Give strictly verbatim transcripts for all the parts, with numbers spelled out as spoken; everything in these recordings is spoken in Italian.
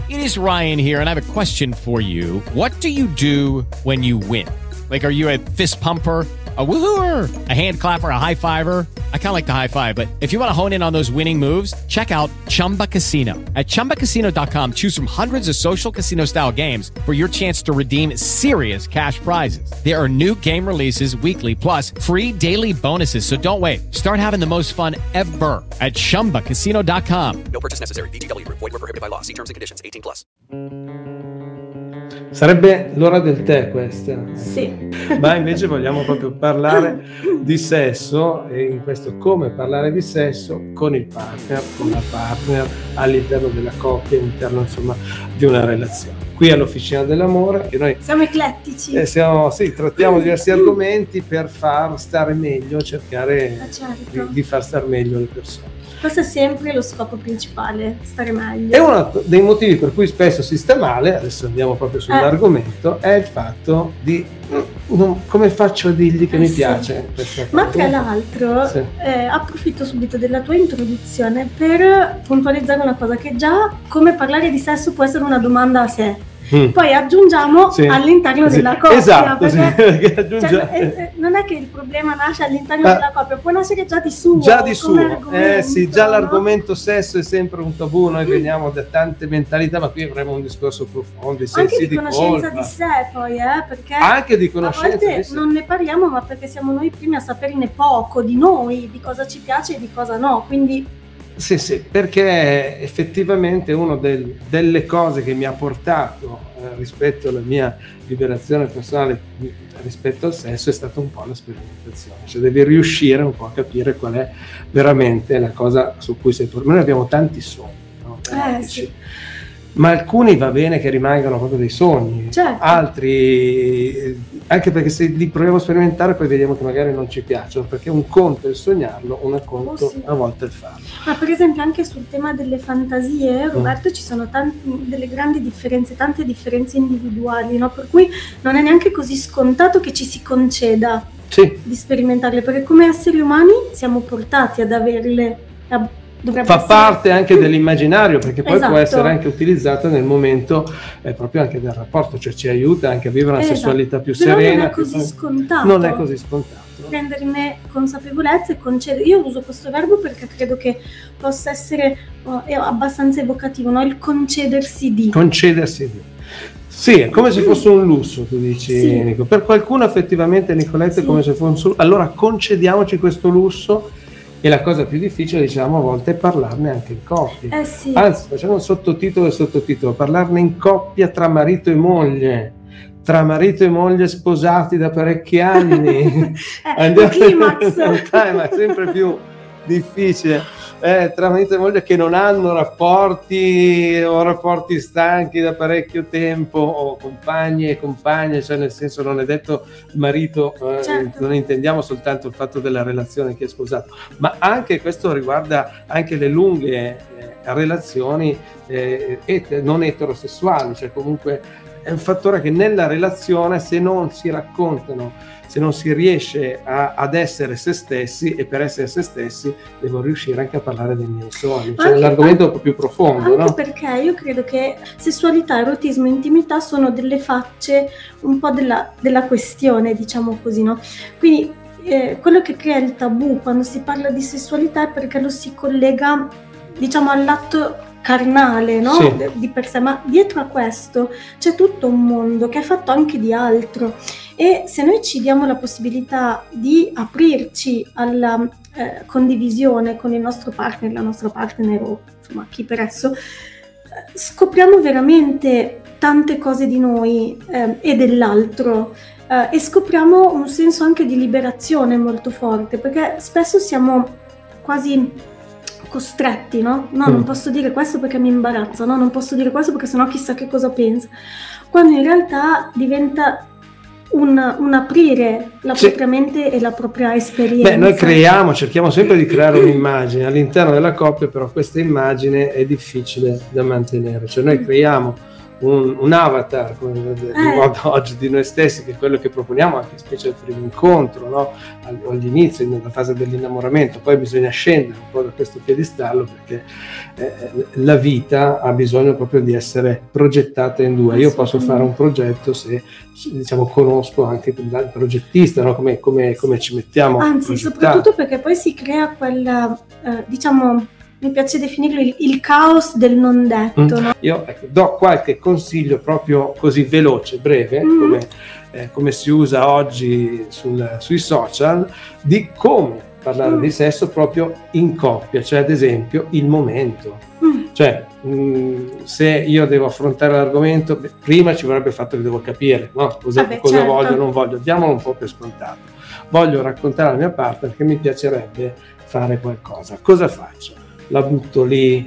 It is Ryan here, and I have a question for you. What do you do when you win? Like, are you a fist pumper, a woohooer, a hand clapper, a high fiver? I kind of like the high five, but if you want to hone in on those winning moves, check out Chumba Casino. At chumba casino dot com, choose from hundreds of social casino style games for your chance to redeem serious cash prizes. There are new game releases weekly, plus free daily bonuses. So don't wait. Start having the most fun ever at chumba casino dot com. No purchase necessary. V G W Group. Void where prohibited by law. See terms and conditions. eighteen plus. Sarebbe l'ora del tè questa. Sì. Ma invece vogliamo proprio parlare di sesso, e in questo come parlare di sesso con il partner, con la partner, all'interno della coppia, all'interno insomma di una relazione. Qui all'Officina dell'Amore che noi siamo eclettici. Eh, siamo, sì, trattiamo diversi argomenti per far stare meglio, cercare ah, certo. di, di far stare meglio le persone. Questo è sempre lo scopo principale, stare meglio. E uno dei motivi per cui spesso si sta male, adesso andiamo proprio sull'argomento, eh. è il fatto di non, come faccio a dirgli che eh mi sì. piace questa cosa. Ma tra l'altro sì. eh, approfitto subito della tua introduzione per puntualizzare una cosa, che già come parlare di sesso può essere una domanda a sé. Mm. Poi aggiungiamo sì. all'interno sì. della coppia, esatto, perché, sì. aggiungiamo... cioè, eh, non è che il problema nasce all'interno ah. della coppia, può nascere già di suo. Già di suo, eh sì, già no? L'argomento sesso è sempre un tabù, noi veniamo da tante mentalità, ma qui avremo un discorso profondo, i sensi anche di, di conoscenza colpa. di sé poi, eh, perché anche di conoscenza a volte di sé. non ne parliamo, ma perché siamo noi primi a saperne poco di noi, di cosa ci piace e di cosa no, quindi Sì, sì, perché effettivamente una del, delle cose che mi ha portato eh, rispetto alla mia liberazione personale rispetto al sesso è stata un po' la sperimentazione, cioè devi riuscire un po' a capire qual è veramente la cosa su cui sei portato. Noi abbiamo tanti sogni, no? Eh, sì. Ma alcuni va bene che rimangano proprio dei sogni, certo. altri anche perché se li proviamo a sperimentare poi vediamo che magari non ci piacciono, perché un conto è il sognarlo, un conto oh, sì. a volte è il farlo. Ma per esempio anche sul tema delle fantasie, Roberto, mm. ci sono tanti, delle grandi differenze, tante differenze individuali, no? Per cui non è neanche così scontato che ci si conceda sì. di sperimentarle, perché come esseri umani siamo portati ad averle. A, Dovrebbe fa essere... parte anche dell'immaginario, perché poi esatto. può essere anche utilizzata nel momento eh, proprio anche del rapporto, cioè ci aiuta anche a vivere una esatto. sessualità più Però serena. non è così più... scontato. Non è così scontato. Prenderne consapevolezza e concedere. Io uso questo verbo perché credo che possa essere oh, è abbastanza evocativo, no? Il concedersi di. Concedersi di. Sì, è come se fosse un lusso, tu dici, sì. Nico. Per qualcuno effettivamente, Nicoletta, sì. è come se fosse un lusso. Allora concediamoci questo lusso. E la cosa più difficile, diciamo, a volte è parlarne anche in coppia. Eh sì. Anzi, facciamo un sottotitolo e sottotitolo, parlarne in coppia tra marito e moglie, tra marito e moglie sposati da parecchi anni. eh, Andiamo climax. Ma è sempre più difficile. Eh, tra marito e moglie che non hanno rapporti o rapporti stanchi da parecchio tempo, o compagni e compagne, cioè nel senso non è detto marito, eh, certo. non intendiamo soltanto il fatto della relazione che è sposato, ma anche questo riguarda anche le lunghe eh, relazioni eh, et- non eterosessuali, cioè comunque è un fattore che nella relazione, se non si raccontano, se non si riesce a, ad essere se stessi, e per essere se stessi devo riuscire anche a parlare dei miei sogni, cioè anche, l'argomento è un po' più profondo, anche no? Perché io credo che sessualità, erotismo e intimità sono delle facce un po' della, della questione, diciamo così, no? Quindi eh, quello che crea il tabù quando si parla di sessualità è perché lo si collega, diciamo, all'atto carnale, no? Sì. Di per sé, ma dietro a questo c'è tutto un mondo che è fatto anche di altro, e se noi ci diamo la possibilità di aprirci alla eh, condivisione con il nostro partner, la nostra partner o insomma chi per esso, eh, scopriamo veramente tante cose di noi eh, e dell'altro, eh, e scopriamo un senso anche di liberazione molto forte, perché spesso siamo quasi costretti, no? No, non posso dire questo perché mi imbarazza, no, non posso dire questo perché sennò chissà che cosa pensa, quando in realtà diventa un, un aprire la sì. propria mente e la propria esperienza. Beh, noi creiamo, cerchiamo sempre di creare un'immagine all'interno della coppia, però questa immagine è difficile da mantenere, cioè noi creiamo un, un avatar come di Eh. modo oggi di noi stessi, che è quello che proponiamo anche specie al primo incontro, no? Al- all'inizio, nella fase dell'innamoramento. Poi bisogna scendere un po' da questo piedistallo, perché eh, la vita ha bisogno proprio di essere progettata in due. Io posso fare un progetto se, diciamo, conosco anche il progettista, no? come, come, come ci mettiamo a Anzi, progettare. soprattutto perché poi si crea quel, eh, diciamo, mi piace definirlo il, il caos del non detto, Mm. no? Io ecco, do qualche consiglio proprio così veloce, breve, Mm. come, eh, come si usa oggi sul- sui social, di come parlare Mm. di sesso proprio in coppia, cioè ad esempio il momento. Mm. Cioè, mh, se io devo affrontare l'argomento, beh, prima ci vorrebbe il fatto che devo capire, no? Cosa, Vabbè, cosa certo. voglio, non voglio, diamolo un po' per scontato. Voglio raccontare alla mia partner che mi piacerebbe fare qualcosa. Cosa faccio? La butto lì,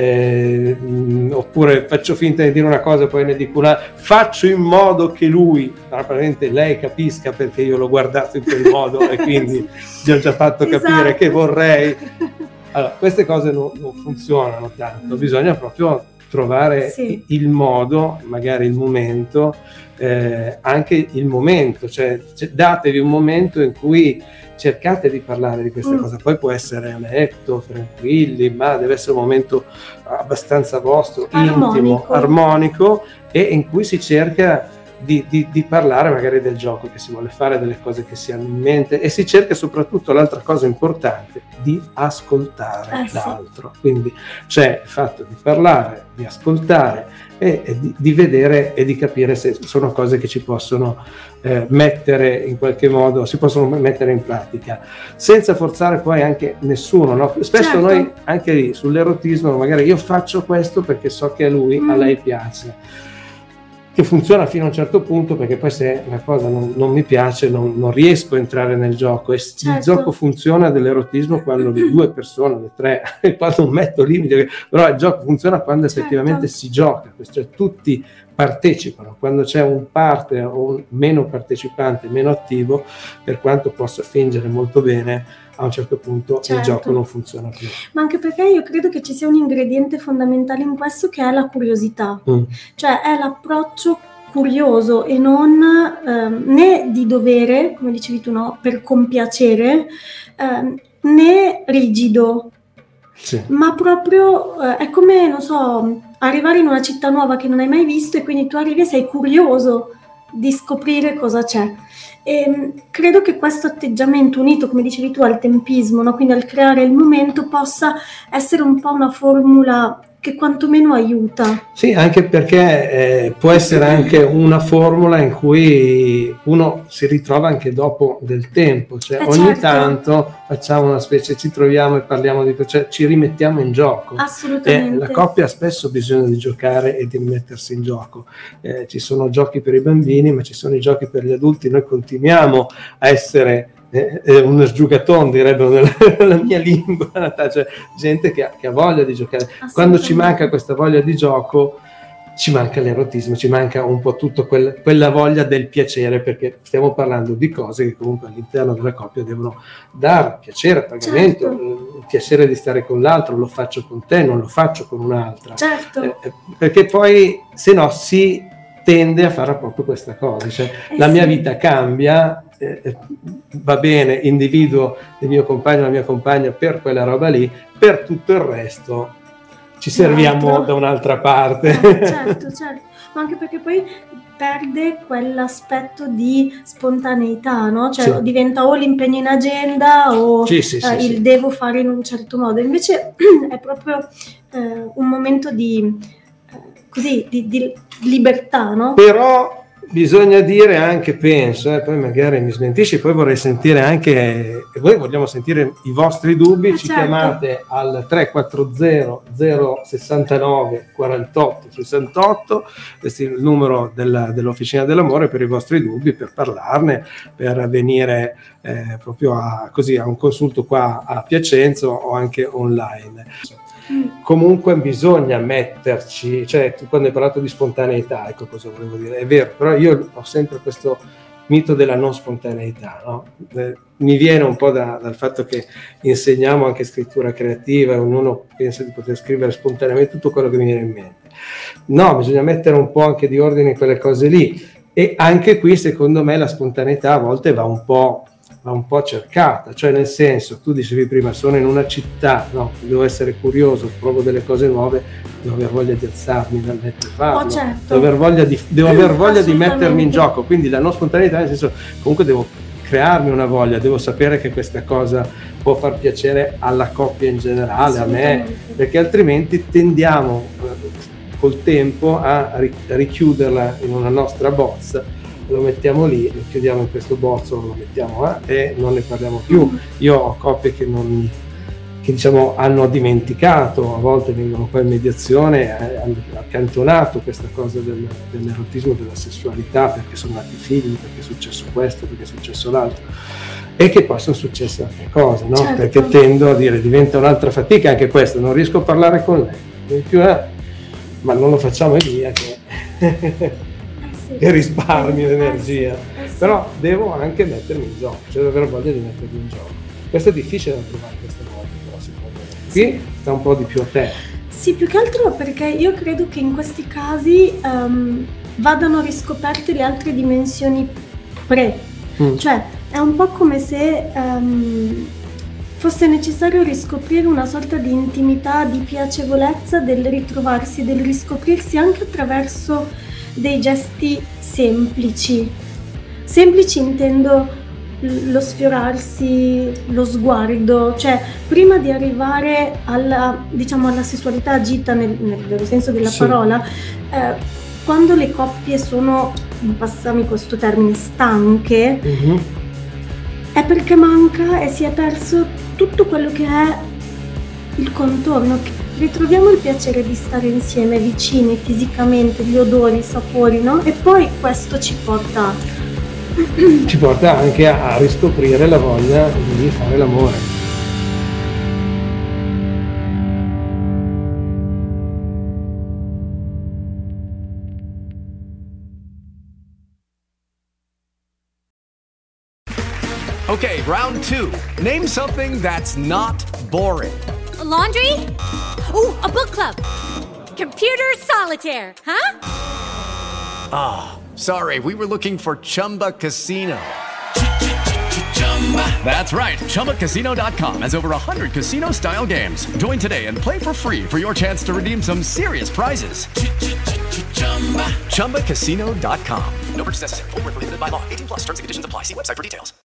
eh, mh, oppure faccio finta di dire una cosa e poi ne dico una, faccio in modo che lui, praticamente lei, capisca perché io l'ho guardato in quel modo e quindi gli ho già fatto capire Esatto. che vorrei. Allora, queste cose non, non funzionano tanto, bisogna proprio trovare Sì. il modo, magari il momento, eh, anche il momento, cioè, cioè datevi un momento in cui cercate di parlare di queste Mm. cose. Poi può essere a letto, tranquilli, ma deve essere un momento abbastanza vostro, intimo, Armonico. armonico, e in cui si cerca di, di, di parlare magari del gioco che si vuole fare, delle cose che si hanno in mente, e si cerca soprattutto, l'altra cosa importante, di ascoltare Eh, sì. l'altro. Quindi c'è il fatto di parlare, di ascoltare e, e di, di vedere e di capire se sono cose che ci possono eh, mettere in qualche modo, si possono mettere in pratica senza forzare poi anche nessuno, no? Spesso Certo. noi anche lì sull'erotismo, magari io faccio questo perché so che a lui, Mm. a lei piace, che funziona fino a un certo punto, perché poi se una cosa non, non mi piace non, non riesco a entrare nel gioco, e s- il Certo. gioco funziona dell'erotismo quando le due persone, le tre, quando non metto limiti, però il gioco funziona quando Certo. effettivamente si gioca, cioè tutti partecipano. Quando c'è un partner o un meno partecipante, meno attivo, per quanto possa fingere molto bene, a un certo punto il Certo. gioco non funziona più. Ma anche perché io credo che ci sia un ingrediente fondamentale in questo, che è la curiosità. Mm. Cioè è l'approccio curioso e non ehm, né di dovere, come dicevi tu, no, per compiacere, ehm, né rigido, Sì. ma proprio eh, è come, non so, arrivare in una città nuova che non hai mai visto, e quindi tu arrivi e sei curioso di scoprire cosa c'è. E mh, credo che questo atteggiamento, unito, come dicevi tu, al tempismo, no? Quindi al creare il momento, possa essere un po' una formula che quantomeno aiuta. Sì, anche perché eh, può essere anche una formula in cui uno si ritrova anche dopo del tempo, cioè Eh, ogni certo. tanto facciamo una specie, ci troviamo e parliamo di, cioè ci rimettiamo in gioco. Assolutamente. Eh, la coppia ha spesso bisogno di giocare e di rimettersi in gioco. Eh, ci sono giochi per i bambini, ma ci sono i giochi per gli adulti. Noi continuiamo a essere eh, eh, uno sgiugaton, direbbero nella, nella mia lingua, cioè gente che ha, che ha voglia di giocare. Quando ci manca questa voglia di gioco, ci manca l'erotismo, ci manca un po' tutto quel, quella voglia del piacere, perché stiamo parlando di cose che comunque all'interno della coppia devono dare piacere, pagamento, Certo. il piacere di stare con l'altro. Lo faccio con te, non lo faccio con un'altra. Certo. Eh, perché poi se no si tende a fare proprio questa cosa, cioè Eh, la mia sì. vita cambia, eh, va bene, individuo il mio compagno, la mia compagna per quella roba lì, per tutto il resto ci serviamo L'altro. da un'altra parte. Eh, certo, certo, ma anche perché poi perde quell'aspetto di spontaneità, no? Cioè Sì. diventa o l'impegno in agenda o Sì, sì, sì, eh, il sì. devo fare in un certo modo. Invece è proprio eh, un momento di, eh, così, di, di libertà, no? Però bisogna dire anche, penso, eh, poi magari mi smentisci, poi vorrei sentire anche, e voi vogliamo sentire i vostri dubbi, Eh, ci certo. chiamate al tre quattro zero zero sessantanove quarantotto sessantotto, questo è il numero della, dell'Officina dell'Amore per i vostri dubbi, per parlarne, per venire eh, proprio a, così, a un consulto qua a Piacenza o anche online. Mm. Comunque bisogna metterci, cioè tu quando hai parlato di spontaneità, ecco cosa volevo dire, è vero, però io ho sempre questo mito della non spontaneità, no? Eh, mi viene un po' da, dal fatto che insegniamo anche scrittura creativa e ognuno pensa di poter scrivere spontaneamente tutto quello che mi viene in mente. No, bisogna mettere un po' anche di ordine in quelle cose lì, e anche qui secondo me la spontaneità a volte va un po', va un po' cercata, cioè nel senso, tu dicevi prima sono in una città, no, devo essere curioso, provo delle cose nuove, devo aver voglia di alzarmi dal letto e farlo, Oh, certo. devo aver voglia di, devo aver voglia di Assolutamente. mettermi in gioco, quindi la non spontaneità nel senso comunque devo crearmi una voglia, devo sapere che questa cosa può far piacere alla coppia in generale, a me, Assolutamente. perché altrimenti tendiamo eh, col tempo a ri- a richiuderla in una nostra box, lo mettiamo lì, lo chiudiamo in questo bozzo, lo mettiamo a e non ne parliamo più. Io ho coppie che non che diciamo hanno dimenticato, a volte vengono poi in mediazione, eh, hanno accantonato questa cosa del, dell'erotismo, della sessualità, perché sono nati figli, perché è successo questo, perché è successo l'altro, e che poi sono successe altre cose, no? Certo. Perché tendo a dire diventa un'altra fatica anche questo, non riesco a parlare con lei, in più, eh, ma non lo facciamo e via che, Eh sì. che risparmi Eh sì, l'energia, eh sì. però devo anche mettermi in gioco, cioè devo avere voglia di mettermi in gioco. Questo è difficile da trovare queste volte, però secondo me qui sta un po' di più a te. Sì, più che altro perché io credo che in questi casi ehm, vadano riscoperte le altre dimensioni pre, Mm. cioè è un po' come se ehm, fosse necessario riscoprire una sorta di intimità, di piacevolezza del ritrovarsi, del riscoprirsi anche attraverso dei gesti semplici. Semplici intendo l- lo sfiorarsi, lo sguardo, cioè prima di arrivare alla, diciamo, alla sessualità agita nel, nel vero senso della Sì. parola, eh, quando le coppie sono, passami questo termine, stanche, Mhm. è perché manca e si è perso tutto quello che è il contorno. Ritroviamo il piacere di stare insieme, vicini, fisicamente, gli odori, i sapori, no? E poi questo ci porta... Ci porta anche a, a riscoprire la voglia di fare l'amore. Okay, round two. Name something that's not boring. A laundry? Ooh, a book club. Computer solitaire, huh? Ah, sorry, we were looking for Chumba Casino. That's right, Chumba Casino dot com has over one hundred casino-style games. Join today and play for free for your chance to redeem some serious prizes. Chumba Casino dot com. No purchase necessary. Void where prohibited by law. eighteen plus terms and conditions apply. See website for details.